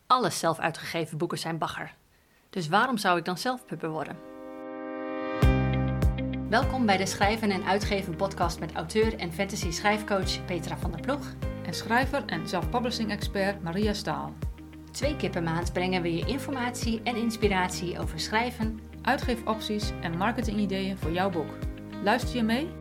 Alle zelf uitgegeven boeken zijn bagger. Dus waarom zou ik dan zelf pubber worden? Welkom bij de Schrijven en Uitgeven podcast met auteur en fantasy schrijfcoach Petra van der Ploeg. En schrijver en self-publishing expert Maria Staal. 2 keer per maand brengen we je informatie en inspiratie over schrijven, uitgeefopties en marketingideeën voor jouw boek. Luister je mee?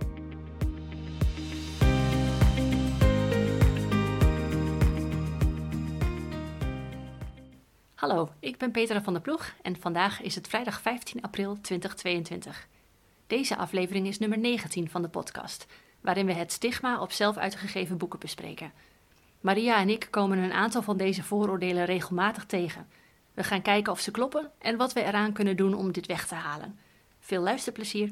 Hallo, ik ben Petra van der Ploeg en vandaag is het vrijdag 15 april 2022. Deze aflevering is nummer 19 van de podcast, waarin we het stigma op zelf uitgegeven boeken bespreken. Maria en ik komen een aantal van deze vooroordelen regelmatig tegen. We gaan kijken of ze kloppen en wat we eraan kunnen doen om dit weg te halen. Veel luisterplezier!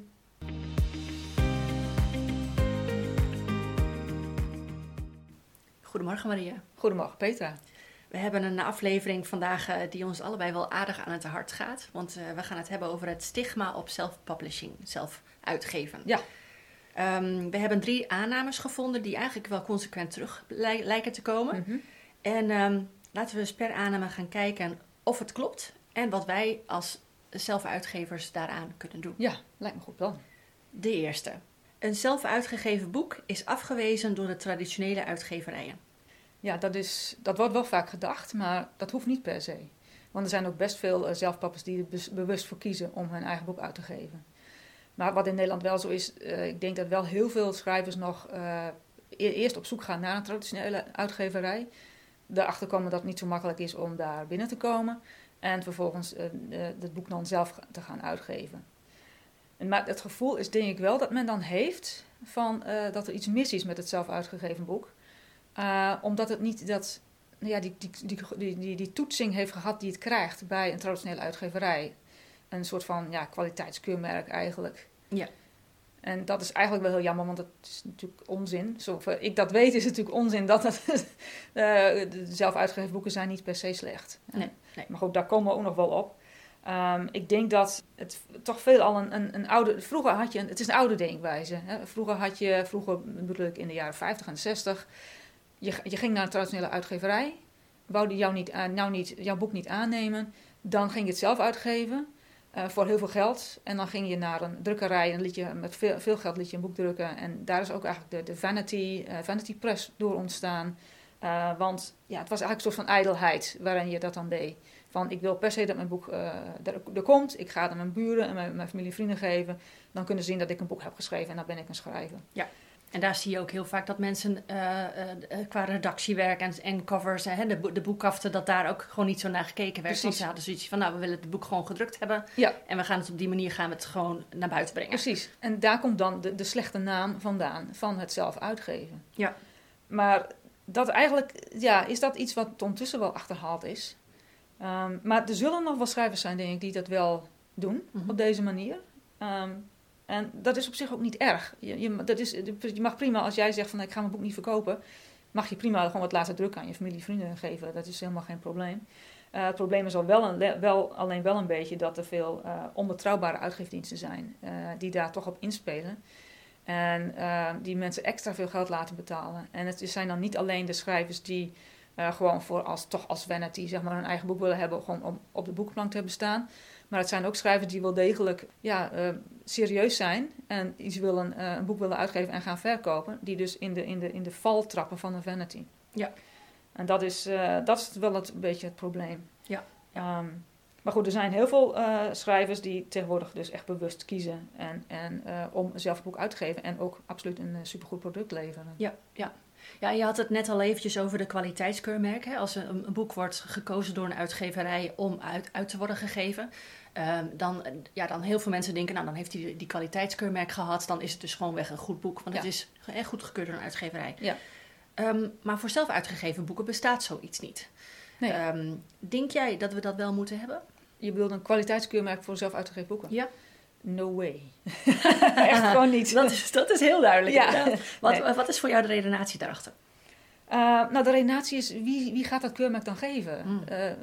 Goedemorgen Maria. Goedemorgen Petra. We hebben een aflevering vandaag die ons allebei wel aardig aan het hart gaat. Want we gaan het hebben over het stigma op self-publishing, zelf uitgeven. Ja. We hebben 3 aannames gevonden die eigenlijk wel consequent terug lijken te komen. Mm-hmm. En laten we eens per aanname gaan kijken of het klopt en wat wij als zelfuitgevers daaraan kunnen doen. Ja, lijkt me goed plan. De eerste. Een zelf uitgegeven boek is afgewezen door de traditionele uitgeverijen. Ja, dat wordt wel vaak gedacht, maar dat hoeft niet per se. Want er zijn ook best veel zelfpappers die er bewust voor kiezen om hun eigen boek uit te geven. Maar wat in Nederland wel zo is, ik denk dat wel heel veel schrijvers nog eerst op zoek gaan naar een traditionele uitgeverij. Daarachter komen dat het niet zo makkelijk is om daar binnen te komen. En vervolgens het boek dan zelf te gaan uitgeven. Maar het gevoel is denk ik wel dat men dan heeft van dat er iets mis is met het zelf uitgegeven boek. Omdat het niet die toetsing heeft gehad die het krijgt bij een traditionele uitgeverij. Een soort van kwaliteitskeurmerk eigenlijk. Ja. En dat is eigenlijk wel heel jammer, want dat is natuurlijk onzin. Zover ik dat weet is het natuurlijk onzin dat de zelf uitgegeven boeken zijn niet per se slecht. Nee. Maar goed, daar komen we ook nog wel op. Ik denk dat het toch veel al een oude... Vroeger had je... Het is een oude denkwijze. Hè? Vroeger bedoel ik in de jaren 50 en 60... Je ging naar een traditionele uitgeverij. Wou die jouw boek niet aannemen. Dan ging je het zelf uitgeven. Voor heel veel geld. En dan ging je naar een drukkerij. En met veel geld liet je een boek drukken. En daar is ook eigenlijk de Vanity Press door ontstaan. Want het was eigenlijk een soort van ijdelheid waarin je dat dan deed. Van ik wil per se dat mijn boek er komt. Ik ga het aan mijn buren en mijn familie en vrienden geven. Dan kunnen ze zien dat ik een boek heb geschreven en dan ben ik een schrijver. Ja. En daar zie je ook heel vaak dat mensen qua redactiewerk en covers, de boekkaften, dat daar ook gewoon niet zo naar gekeken werd. Precies. Want ze hadden zoiets van, we willen het boek gewoon gedrukt hebben. Ja. En we gaan het op die manier gewoon naar buiten brengen. Precies. En daar komt dan de slechte naam vandaan, van het zelf uitgeven. Ja. Maar dat eigenlijk, is dat iets wat ondertussen wel achterhaald is. Maar er zullen nog wel schrijvers zijn, denk ik, die dat wel doen, op deze manier. En dat is op zich ook niet erg. Je mag prima, als jij zegt van ik ga mijn boek niet verkopen, mag je prima gewoon wat laten drukken aan je familie en vrienden geven. Dat is helemaal geen probleem. Het probleem is alleen wel een beetje dat er veel onbetrouwbare uitgeefdiensten zijn die daar toch op inspelen. En die mensen extra veel geld laten betalen. En het zijn dan niet alleen de schrijvers die gewoon als vanity zeg maar hun eigen boek willen hebben, gewoon om op de boekenplank te hebben staan. Maar het zijn ook schrijvers die wel degelijk serieus zijn en een boek willen uitgeven en gaan verkopen. Die dus in de val trappen van een vanity. Ja. En dat is wel een beetje het probleem. Ja. Maar goed, er zijn heel veel schrijvers die tegenwoordig dus echt bewust kiezen om zelf een boek uit te geven. En ook absoluut een supergoed product leveren. Ja. Ja, je had het net al eventjes over de kwaliteitskeurmerken. Als een boek wordt gekozen door een uitgeverij om uit te worden gegeven, dan heel veel mensen denken, dan heeft hij die kwaliteitskeurmerk gehad, dan is het dus gewoon weg een goed boek, want het is echt goedgekeurd door een uitgeverij. Ja. Maar voor zelf uitgegeven boeken bestaat zoiets niet. Nee. Denk jij dat we dat wel moeten hebben? Je bedoelt een kwaliteitskeurmerk voor zelf uitgegeven boeken? Ja. No way. Echt gewoon niet. Dat is heel duidelijk. Ja. Wat is voor jou de redenatie daarachter? De redenatie is, wie gaat dat keurmerk dan geven?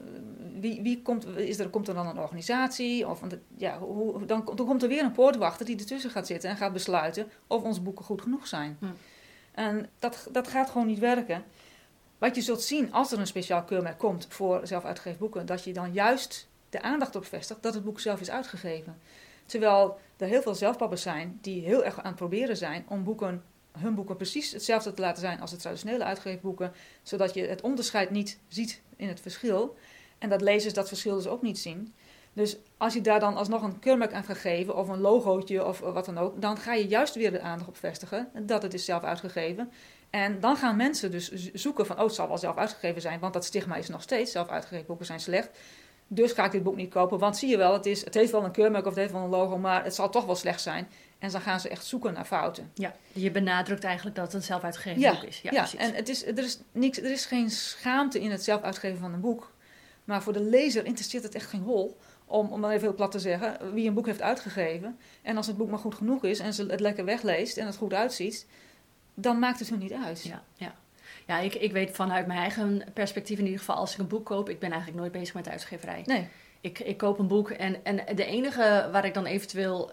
Komt er dan een organisatie? Dan komt er weer een poortwachter die ertussen gaat zitten en gaat besluiten of onze boeken goed genoeg zijn. En dat gaat gewoon niet werken. wat je zult zien als er een speciaal keurmerk komt voor zelf uitgegeven boeken, dat je dan juist de aandacht op vestigt dat het boek zelf is uitgegeven. Terwijl er heel veel zelfpappers zijn die heel erg aan het proberen zijn om hun boeken precies hetzelfde te laten zijn als de traditionele uitgegeven boeken, zodat je het onderscheid niet ziet in het verschil. En dat lezers dat verschil dus ook niet zien. Dus als je daar dan alsnog een keurmerk aan gaat geven, of een logootje of wat dan ook, dan ga je juist weer de aandacht op vestigen dat het is zelf uitgegeven. En dan gaan mensen dus zoeken van, het zal wel zelf uitgegeven zijn, want dat stigma is nog steeds, zelf uitgegeven boeken zijn slecht. Dus ga ik dit boek niet kopen, want zie je wel, het heeft wel een keurmerk of het heeft wel een logo, maar het zal toch wel slecht zijn. En dan gaan ze echt zoeken naar fouten. Ja, je benadrukt eigenlijk dat het een zelf uitgegeven boek is. Ja, precies. En er is geen schaamte in het zelf uitgeven van een boek. Maar voor de lezer interesseert het echt geen hol, om maar even heel plat te zeggen, wie een boek heeft uitgegeven. En als het boek maar goed genoeg is en ze het lekker wegleest en het goed uitziet, dan maakt het hun niet uit. Ja, ik weet vanuit mijn eigen perspectief in ieder geval, als ik een boek koop, ik ben eigenlijk nooit bezig met de uitgeverij. Nee. Ik koop een boek en de enige waar ik dan eventueel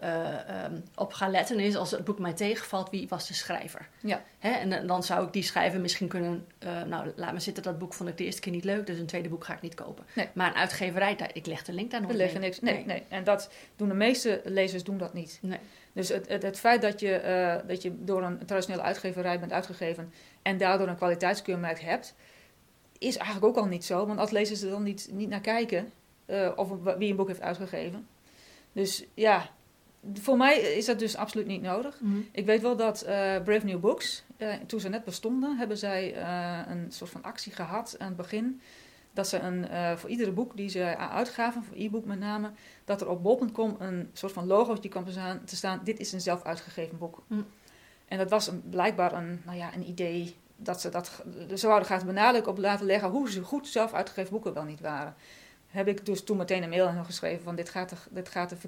op ga letten is als het boek mij tegenvalt, wie was de schrijver? Ja. En dan zou ik die schrijver misschien kunnen, laat me zitten, dat boek vond ik de eerste keer niet leuk, dus een tweede boek ga ik niet kopen. Nee. Maar een uitgeverij, ik leg de link daar nooit mee. Niks. Nee. En dat doen de meeste lezers dat niet. Nee. Dus het feit dat je door een traditionele uitgeverij bent uitgegeven en daardoor een kwaliteitskeurmerk hebt, is eigenlijk ook al niet zo, want als lezers er dan niet naar kijken, of wie een boek heeft uitgegeven. Dus ja, voor mij is dat dus absoluut niet nodig. Mm-hmm. Ik weet wel dat Brave New Books, toen ze net bestonden, hebben zij een soort van actie gehad aan het begin. Dat ze voor iedere boek die ze uitgaven, voor e-book met name, dat er op bol.com een soort van logootje kwam te staan, dit is een zelf uitgegeven boek. Mm. En dat was blijkbaar een idee dat ze wouden graag benadrukken op laten leggen hoe ze goed zelf uitgegeven boeken wel niet waren. Heb ik dus toen meteen een mail aan hen geschreven van dit gaat de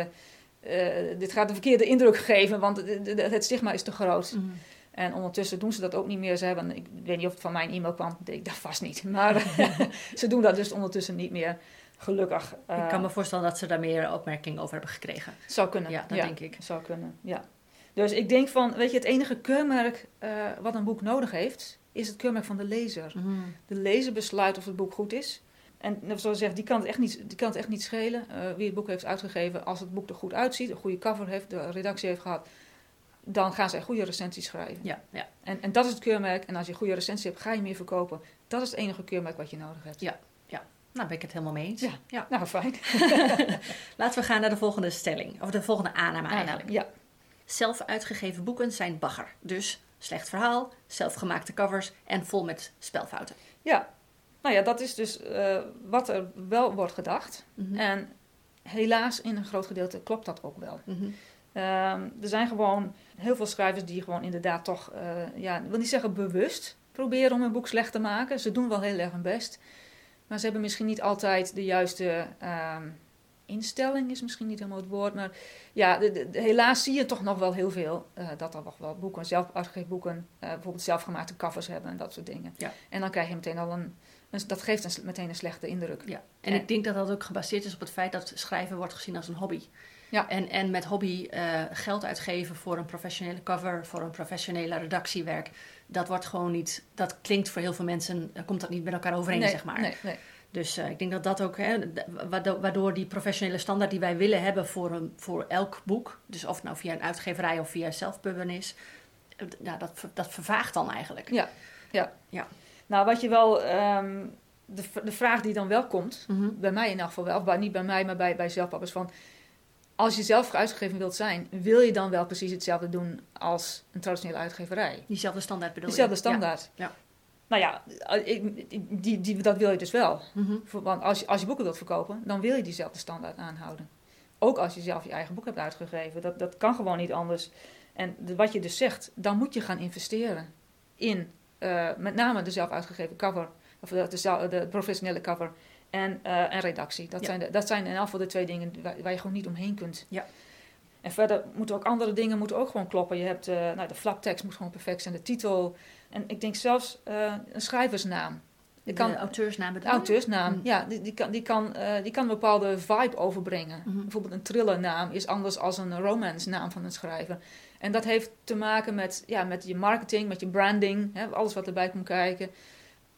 verkeerde indruk geven, want het stigma is te groot. Mm. En ondertussen doen ze dat ook niet meer. Ik weet niet of het van mijn e-mail kwam, ik dacht vast niet. Maar ze doen dat dus ondertussen niet meer, gelukkig. Ik kan me voorstellen dat ze daar meer opmerkingen over hebben gekregen. Zou kunnen. Ja, dat denk ik. Zou kunnen, ja. Dus ik denk van, het enige keurmerk wat een boek nodig heeft, is het keurmerk van de lezer. Mm. De lezer besluit of het boek goed is. En zoals gezegd, die kan het echt niet schelen wie het boek heeft uitgegeven. Als het boek er goed uitziet, een goede cover heeft, de redactie heeft gehad, dan gaan zij goede recensies schrijven. Ja. En dat is het keurmerk. En als je een goede recensie hebt, ga je meer verkopen. Dat is het enige keurmerk wat je nodig hebt. Ja. Nou, ben ik het helemaal mee eens. Ja. Nou, fijn. Laten we gaan naar de volgende stelling. Of de volgende aanname eigenlijk. Ja. Zelf uitgegeven boeken zijn bagger. Dus slecht verhaal, zelfgemaakte covers en vol met spelfouten. Ja. Nou ja, dat is dus wat er wel wordt gedacht. Mm-hmm. En helaas, in een groot gedeelte klopt dat ook wel. Mm-hmm. Er zijn gewoon heel veel schrijvers die gewoon inderdaad toch, ik wil niet zeggen bewust proberen om een boek slecht te maken. Ze doen wel heel erg hun best. Maar ze hebben misschien niet altijd de juiste instelling, is misschien niet helemaal het woord. Maar ja, helaas zie je toch nog wel heel veel dat er nog wel boeken, zelf uitgegeven boeken, bijvoorbeeld zelfgemaakte covers hebben en dat soort dingen. Ja. En dan krijg je meteen al dat geeft meteen een slechte indruk. Ja. En ik denk dat dat ook gebaseerd is op het feit dat schrijven wordt gezien als een hobby. Ja. En met hobby geld uitgeven voor een professionele cover, voor een professionele redactiewerk, dat wordt gewoon niet, dat klinkt voor heel veel mensen, komt dat niet met elkaar overeen, zeg maar. Nee. Dus ik denk dat dat ook, waardoor die professionele standaard die wij willen hebben voor elk boek, dus of het nou via een uitgeverij of via zelfpubben is, dat vervaagt dan eigenlijk. Ja. Nou, wat je wel, de vraag die dan wel komt, mm-hmm. bij mij in elk geval wel, of niet bij mij, maar bij zelfpappers, van als je zelf uitgegeven wilt zijn, wil je dan wel precies hetzelfde doen als een traditionele uitgeverij? Diezelfde standaard bedoel je? Diezelfde standaard. Ja. Nou ja, dat wil je dus wel. Mm-hmm. Want als je boeken wilt verkopen, dan wil je diezelfde standaard aanhouden. Ook als je zelf je eigen boek hebt uitgegeven. Dat kan gewoon niet anders. En wat je dus zegt, dan moet je gaan investeren in met name de zelf uitgegeven cover, of de professionele cover en redactie. Dat zijn in elk geval de twee dingen waar je gewoon niet omheen kunt. Ja. En verder moeten ook andere dingen ook gewoon kloppen. Je hebt de flaptekst moet gewoon perfect zijn, de titel. En ik denk zelfs een schrijversnaam. De auteursnaam bedoel je? Auteursnaam, ja. Die kan een bepaalde vibe overbrengen. Mm-hmm. Bijvoorbeeld een thrillernaam is anders als een romance naam van een schrijver. En dat heeft te maken met je marketing, met je branding, alles wat erbij komt kijken.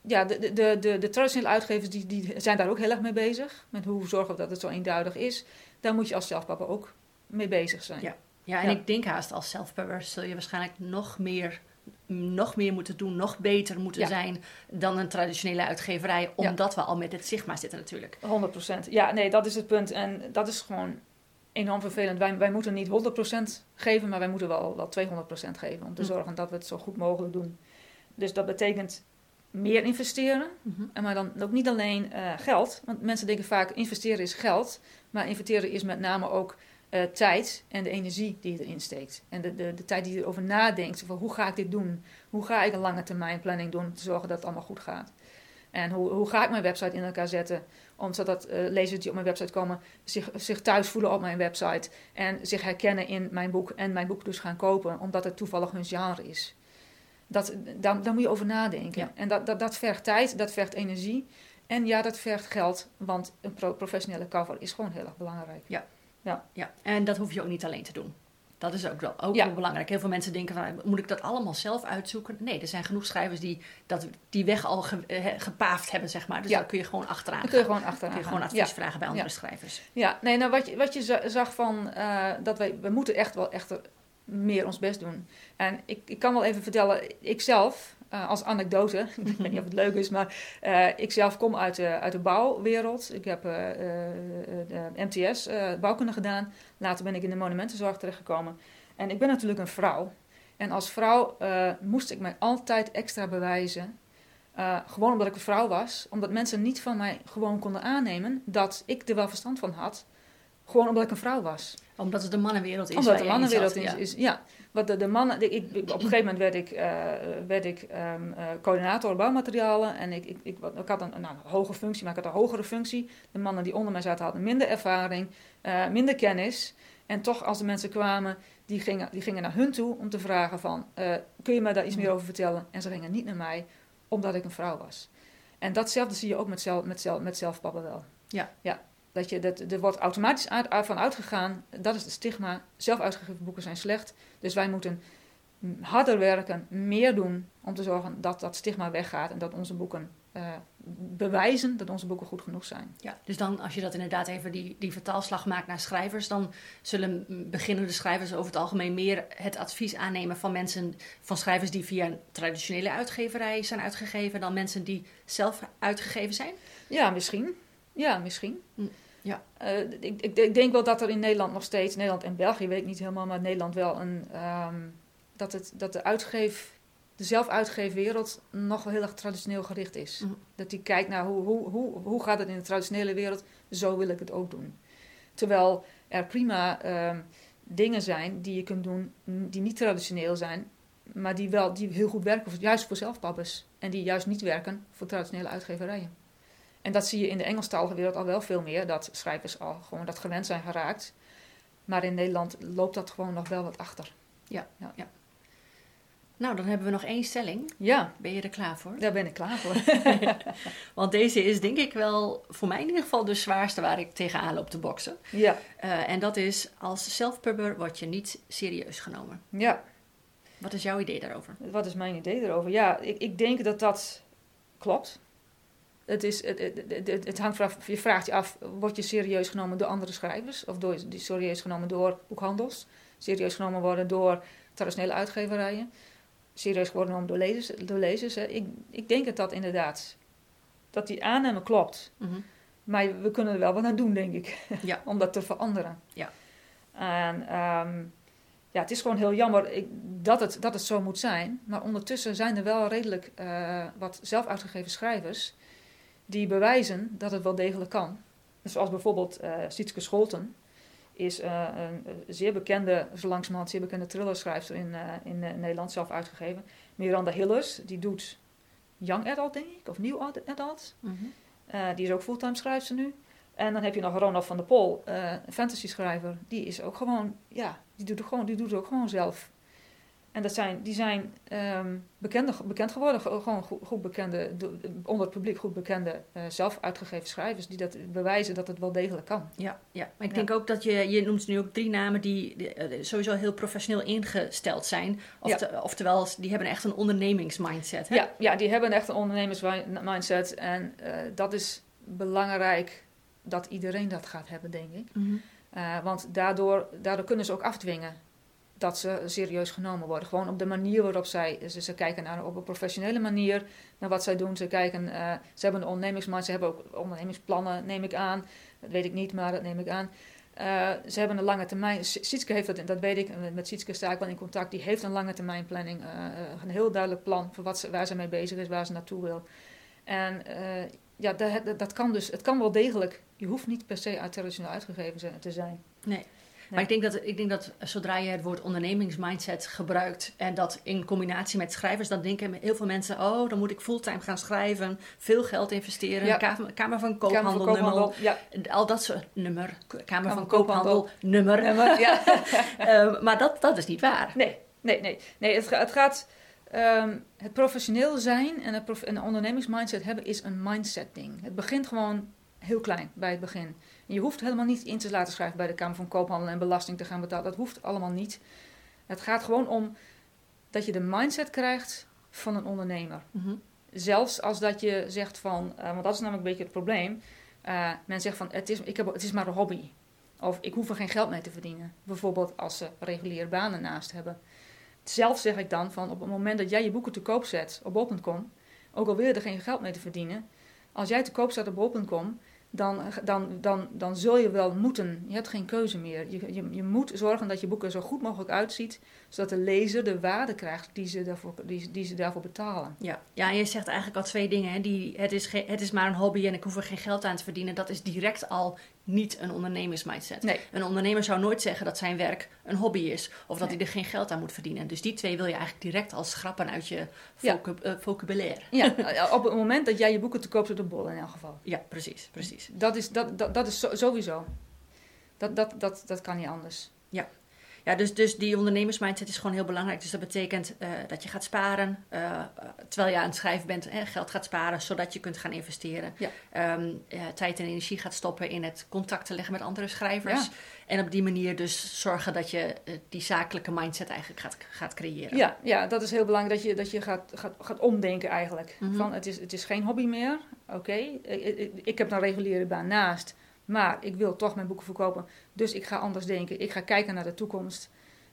de traditionele uitgevers die zijn daar ook heel erg mee bezig. Met hoe zorgen we dat het zo eenduidig is. Daar moet je als zelfpubber ook mee bezig zijn. Ja, en ik denk haast als self-pubber zul je waarschijnlijk nog meer moeten doen, nog beter moeten zijn dan een traditionele uitgeverij, omdat we al met het Sigma zitten natuurlijk. 100%. Ja, nee, dat is het punt. En dat is gewoon enorm vervelend. Wij moeten niet 100% geven, maar wij moeten wel 200% geven om te zorgen dat we het zo goed mogelijk doen. Dus dat betekent meer investeren, maar dan ook niet alleen geld. Want mensen denken vaak investeren is geld, maar investeren is met name ook tijd en de energie die je erin steekt. En de tijd die je erover nadenkt. Van hoe ga ik dit doen? Hoe ga ik een lange termijn planning doen om te zorgen dat het allemaal goed gaat? En hoe ga ik mijn website in elkaar zetten? Zodat lezers die op mijn website komen zich thuis voelen op mijn website. En zich herkennen in mijn boek en mijn boek dus gaan kopen. Omdat het toevallig hun genre is. Daar moet je over nadenken. Ja. En dat vergt tijd, dat vergt energie. En ja, dat vergt geld. Want een professionele cover is gewoon heel erg belangrijk. Ja, en dat hoef je ook niet alleen te doen. Dat is ook wel belangrijk. Heel veel mensen denken van, moet ik dat allemaal zelf uitzoeken? Nee, er zijn genoeg schrijvers die weg al gepaafd hebben, zeg maar. Dus daar kun je gewoon achteraan gaan. Kun je gewoon achteraan kun je gewoon advies vragen bij andere schrijvers. Ja, nee, nou wat je zag van, dat we moeten echt meer ons best doen. En ik kan wel even vertellen, ik zelf, als anekdote, ik weet niet of het leuk is, maar ik zelf kom uit de bouwwereld. Ik heb de MTS, bouwkunde gedaan. Later ben ik in de monumentenzorg terechtgekomen. En ik ben natuurlijk een vrouw. En als vrouw moest ik mij altijd extra bewijzen. Gewoon omdat ik een vrouw was. Omdat mensen niet van mij gewoon konden aannemen dat ik er wel verstand van had. Gewoon omdat ik een vrouw was. Omdat het de mannenwereld is. Omdat het de mannenwereld is. Ja. Want de mannen, op een gegeven moment werd ik coördinator bouwmaterialen. En ik had een hoge functie, maar ik had een hogere functie. De mannen die onder mij zaten hadden minder ervaring, minder kennis. En toch als de mensen kwamen, die gingen naar hun toe om te vragen van, kun je me daar iets meer over vertellen? En ze gingen niet naar mij, omdat ik een vrouw was. En datzelfde zie je ook met zelfpubber wel. Ja. Er wordt automatisch van uitgegaan, dat is het stigma. Zelf uitgegeven boeken zijn slecht. Dus wij moeten harder werken, meer doen om te zorgen dat dat stigma weggaat. En dat onze boeken bewijzen dat onze boeken goed genoeg zijn. Ja, dus dan als je dat inderdaad even die vertaalslag maakt naar schrijvers, dan zullen beginnende schrijvers over het algemeen meer het advies aannemen van schrijvers die via een traditionele uitgeverij zijn uitgegeven dan mensen die zelf uitgegeven zijn? Ja, misschien. Ja. Ja. Ik denk wel dat er in Nederland nog steeds, Nederland en België weet ik niet helemaal, maar Nederland wel dat de zelfuitgeefwereld nog wel heel erg traditioneel gericht is. Dat die kijkt naar hoe gaat het in de traditionele wereld, zo wil ik het ook doen. Terwijl er prima dingen zijn die je kunt doen die niet traditioneel zijn, maar die heel goed werken, juist voor zelfpubbers. En die juist niet werken voor traditionele uitgeverijen. En dat zie je in de Engelstalige wereld al wel veel meer, dat schrijvers al gewoon dat gewend zijn geraakt. Maar in Nederland loopt dat gewoon nog wel wat achter. Ja. Nou, dan hebben we nog 1 stelling. Ja. Ben je er klaar voor? Daar ben ik klaar voor. Want deze is denk ik wel, voor mij in ieder geval, de zwaarste waar ik tegenaan loop te boksen. Ja. En dat is, als self-pubber word je niet serieus genomen. Ja. Wat is jouw idee daarover? Wat is mijn idee daarover? Ja, ik denk dat klopt. Het hangt vanaf, je vraagt je af, word je serieus genomen door andere schrijvers? Of serieus genomen door boekhandels? Serieus genomen worden door traditionele uitgeverijen? Serieus genomen door lezers? Hè? Ik denk dat inderdaad, dat die aanname klopt. Mm-hmm. Maar we kunnen er wel wat aan doen, denk ik. Ja. Om dat te veranderen. Ja. En het is gewoon heel jammer dat het zo moet zijn. Maar ondertussen zijn er wel redelijk wat zelfuitgegeven schrijvers die bewijzen dat het wel degelijk kan. Zoals bijvoorbeeld Sietske Scholten is een zeer bekende, zo langzamerhand zeer bekende thrillerschrijfster in Nederland, zelf uitgegeven. Miranda Hillers, die doet young adult, denk ik, of new adult. Mm-hmm. Die is ook fulltime schrijfster nu. En dan heb je nog Ronald van der Pol, een fantasy schrijver. Die is ook gewoon, die doet het ook gewoon zelf. En die zijn bekend geworden, gewoon goed bekende, onder het publiek goed bekende, zelf uitgegeven schrijvers die dat bewijzen dat het wel degelijk kan. Ja. Maar ik denk ook dat je noemt nu ook 3 namen die sowieso heel professioneel ingesteld zijn. Oftewel, die hebben echt een ondernemingsmindset. Hè? Ja, die hebben echt een ondernemersmindset. En dat is belangrijk dat iedereen dat gaat hebben, denk ik. Mm-hmm. Want daardoor kunnen ze ook afdwingen dat ze serieus genomen worden. Gewoon op de manier waarop ze kijken naar op een professionele manier naar wat zij doen. Ze hebben een ondernemingsmindset, ze hebben ook ondernemingsplannen, neem ik aan. Dat weet ik niet, maar dat neem ik aan. Ze hebben een lange termijn. Sietske heeft dat weet ik. Met Sietske sta ik wel in contact. Die heeft een lange termijn planning. Een heel duidelijk plan voor waar ze mee bezig is, waar ze naartoe wil. En dat kan dus. Het kan wel degelijk. Je hoeft niet per se traditioneel uitgegeven te zijn. Nee. Maar ik denk dat zodra je het woord ondernemingsmindset gebruikt en dat in combinatie met schrijvers, dan denken heel veel mensen, dan moet ik fulltime gaan schrijven, veel geld investeren, Kamer van Koophandel, al dat soort Kamer van Koophandel, nummer. Maar dat is niet waar. Nee, het gaat, het professioneel zijn en een ondernemingsmindset hebben is een mindset ding. Het begint gewoon heel klein bij het begin. En je hoeft helemaal niet in te laten schrijven bij de Kamer van Koophandel en belasting te gaan betalen. Dat hoeft allemaal niet. Het gaat gewoon om dat je de mindset krijgt van een ondernemer. Mm-hmm. Zelfs als dat je zegt van, want dat is namelijk een beetje het probleem. Men zegt van, het is maar een hobby. Of ik hoef er geen geld mee te verdienen. Bijvoorbeeld als ze reguliere banen naast hebben. Zelf zeg ik dan van, op het moment dat jij je boeken te koop zet op bol.com, ook al wil je er geen geld mee te verdienen, als jij te koop zet op bol.com, dan zul je wel moeten. Je hebt geen keuze meer. Je moet zorgen dat je boek er zo goed mogelijk uitziet, zodat de lezer de waarde krijgt die ze daarvoor betalen. Ja, en je zegt eigenlijk al 2 dingen. Hè? Het is maar een hobby en ik hoef er geen geld aan te verdienen. Dat is direct al niet een ondernemersmindset. Nee. Een ondernemer zou nooit zeggen dat zijn werk een hobby is. Of dat hij er geen geld aan moet verdienen. Dus die 2 wil je eigenlijk direct al schrappen uit je vocabulaire. Ja, op het moment dat jij je boeken te koop zet op bol in elk geval. Ja, precies. Dat is sowieso. Dat kan niet anders. Ja, dus die ondernemersmindset is gewoon heel belangrijk. Dus dat betekent dat je gaat sparen, terwijl je aan het schrijven bent, geld gaat sparen, zodat je kunt gaan investeren. Ja. Tijd en energie gaat stoppen in het contact te leggen met andere schrijvers. Ja. En op die manier dus zorgen dat je die zakelijke mindset eigenlijk gaat creëren. Ja, dat is heel belangrijk dat je gaat omdenken eigenlijk. Mm-hmm. Van het is geen hobby meer. Oké, ik heb een reguliere baan naast. Maar ik wil toch mijn boeken verkopen. Dus ik ga anders denken. Ik ga kijken naar de toekomst.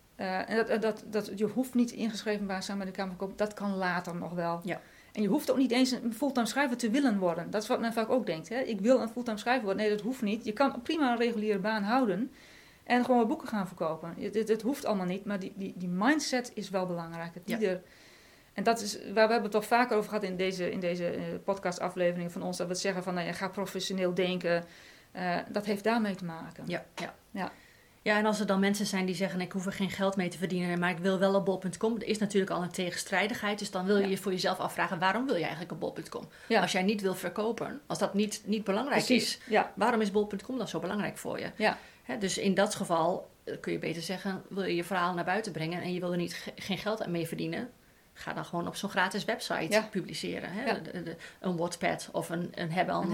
Je hoeft niet ingeschreven te zijn bij de Kamer van Koophandel. Dat kan later nog wel. Ja. En je hoeft ook niet eens een fulltime schrijver te willen worden. Dat is wat men vaak ook denkt. Hè? Ik wil een fulltime schrijver worden. Nee, dat hoeft niet. Je kan prima een reguliere baan houden. En gewoon boeken gaan verkopen. Het hoeft allemaal niet. Maar die mindset is wel belangrijk. En dat is waar we hebben het toch vaker over gehad in deze podcastafleveringen van ons. Dat we het zeggen van, ga professioneel denken. Dat heeft daarmee te maken. Ja, en als er dan mensen zijn die zeggen, ik hoef er geen geld mee te verdienen, maar ik wil wel op bol.com. Er is natuurlijk al een tegenstrijdigheid. Dus dan wil je voor jezelf afvragen, waarom wil je eigenlijk op bol.com? Ja. Als jij niet wil verkopen, als dat niet belangrijk is, waarom is bol.com dan zo belangrijk voor je? Ja. Dus in dat geval kun je beter zeggen, wil je je verhaal naar buiten brengen en je wil er geen geld mee verdienen, ga dan gewoon op zo'n gratis website publiceren. Hè? Ja. Een Wattpad of een Hebban.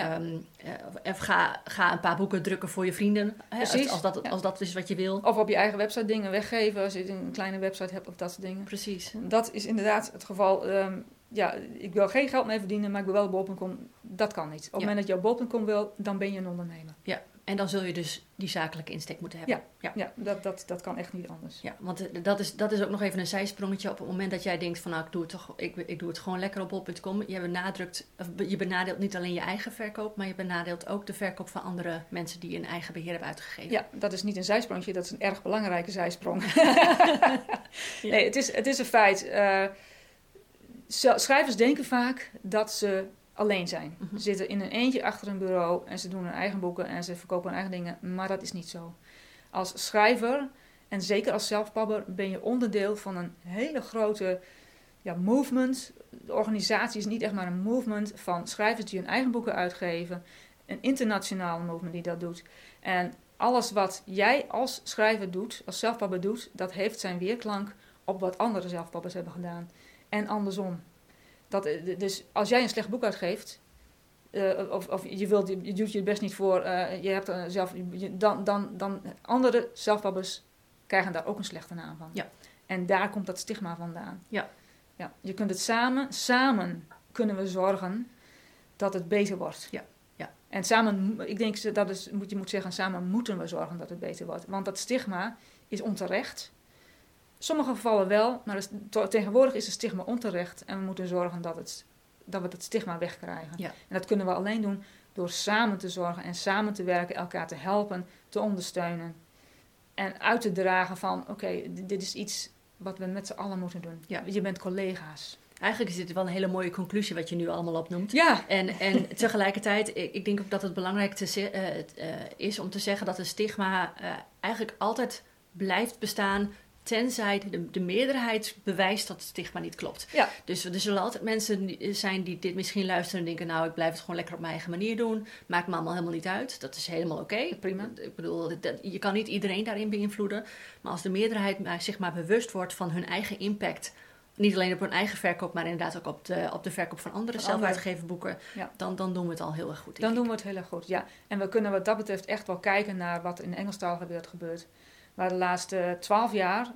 Of ga een paar boeken drukken voor je vrienden. Hè? Als dat is wat je wil. Of op je eigen website dingen weggeven. Als je een kleine website hebt of dat soort dingen. Precies. Dat is inderdaad het geval. Ik wil geen geld mee verdienen, maar ik wil wel bol.com. Dat kan niet. Op het moment dat je op bol.com wil, dan ben je een ondernemer. Ja. En dan zul je dus die zakelijke insteek moeten hebben. Ja, dat kan echt niet anders. Ja, want dat is ook nog even een zijsprongetje. Op het moment dat jij denkt van, ik doe het gewoon lekker op bol.com. Je benadeelt niet alleen je eigen verkoop, maar je benadeelt ook de verkoop van andere mensen die een eigen beheer hebben uitgegeven. Ja, dat is niet een zijsprongetje, dat is een erg belangrijke zijsprong. Nee, het is een feit. Schrijvers denken vaak dat ze alleen zijn. Mm-hmm. Ze zitten in een eentje achter een bureau en ze doen hun eigen boeken en ze verkopen hun eigen dingen, maar dat is niet zo. Als schrijver en zeker als zelfpubber ben je onderdeel van een hele grote movement. De organisatie is niet echt maar een movement van schrijvers die hun eigen boeken uitgeven. Een internationale movement die dat doet. En alles wat jij als schrijver doet, als zelfpubber doet, dat heeft zijn weerklank op wat andere zelfpabbers hebben gedaan. En andersom. Dus als jij een slecht boek uitgeeft, of je doet je best niet voor, je hebt zelf, dan andere zelfpabbers krijgen daar ook een slechte naam van. Ja. En daar komt dat stigma vandaan. Ja. Ja. Je kunt het samen kunnen we zorgen dat het beter wordt. Ja. Ja. En samen, ik denk je moet zeggen, samen moeten we zorgen dat het beter wordt. Want dat stigma is onterecht. In sommige gevallen wel, maar tegenwoordig is het stigma onterecht. En we moeten zorgen dat we dat stigma wegkrijgen. Ja. En dat kunnen we alleen doen door samen te zorgen en samen te werken, elkaar te helpen, te ondersteunen. En uit te dragen van, oké, dit is iets wat we met z'n allen moeten doen. Ja. Je bent collega's. Eigenlijk is dit wel een hele mooie conclusie wat je nu allemaal opnoemt. Ja. En tegelijkertijd, ik denk ook dat het belangrijk is om te zeggen dat een stigma eigenlijk altijd blijft bestaan, tenzij de meerderheid bewijst dat het stigma niet klopt. Ja. Dus er zullen altijd mensen zijn die dit misschien luisteren en denken, nou, ik blijf het gewoon lekker op mijn eigen manier doen. Maakt me allemaal helemaal niet uit. Dat is helemaal oké. Prima. Ik bedoel, je kan niet iedereen daarin beïnvloeden. Maar als de meerderheid zich maar bewust wordt van hun eigen impact, niet alleen op hun eigen verkoop, maar inderdaad ook op de verkoop van andere zelfuitgegeven boeken, ja, dan doen we het al heel erg goed. Dan doen we het heel erg goed, ja. En we kunnen wat dat betreft echt wel kijken naar wat in de Engelstalige wereld gebeurt. Waar de laatste 12 jaar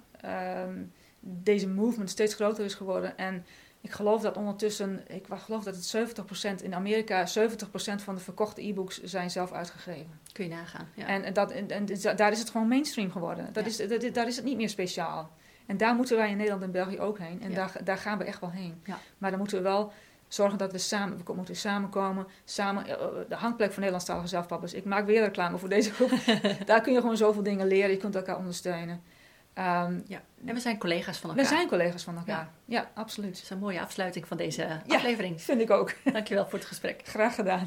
deze movement steeds groter is geworden. En ik geloof dat ondertussen, het 70% in Amerika, 70% van de verkochte e-books zijn zelf uitgegeven. Kun je nagaan. Ja. En daar is het gewoon mainstream geworden. Daar is het niet meer speciaal. En daar moeten wij in Nederland en België ook heen. En daar gaan we echt wel heen. Ja. Maar dan moeten we wel zorgen dat we moeten samenkomen. Samen, de hangplek voor Nederlandstalige zelfpabbers. Ik maak weer reclame voor deze groep. Daar kun je gewoon zoveel dingen leren. Je kunt elkaar ondersteunen. En we zijn collega's van elkaar. We zijn collega's van elkaar. Ja, absoluut. Dat is een mooie afsluiting van deze aflevering. Vind ik ook. Dankjewel voor het gesprek. Graag gedaan.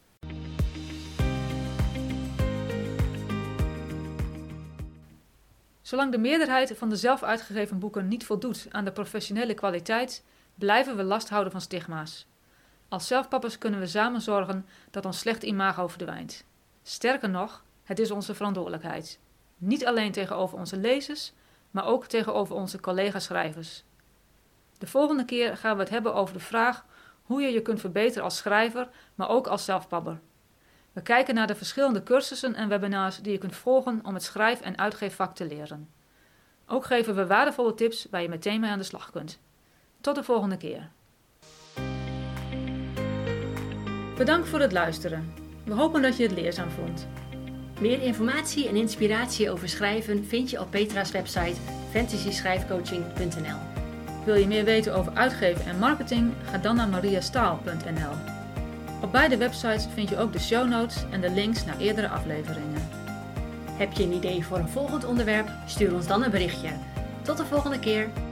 Zolang de meerderheid van de zelf uitgegeven boeken niet voldoet aan de professionele kwaliteit, blijven we last houden van stigma's. Als zelfpappers kunnen we samen zorgen dat ons slechte imago verdwijnt. Sterker nog, het is onze verantwoordelijkheid. Niet alleen tegenover onze lezers, maar ook tegenover onze collega-schrijvers. De volgende keer gaan we het hebben over de vraag hoe je je kunt verbeteren als schrijver, maar ook als zelfpabber. We kijken naar de verschillende cursussen en webinars die je kunt volgen om het schrijf- en uitgeefvak te leren. Ook geven we waardevolle tips waar je meteen mee aan de slag kunt. Tot de volgende keer. Bedankt voor het luisteren. We hopen dat je het leerzaam vond. Meer informatie en inspiratie over schrijven vind je op Petra's website fantasyschrijfcoaching.nl. Wil je meer weten over uitgeven en marketing? Ga dan naar mariastaal.nl. Op beide websites vind je ook de show notes en de links naar eerdere afleveringen. Heb je een idee voor een volgend onderwerp? Stuur ons dan een berichtje. Tot de volgende keer!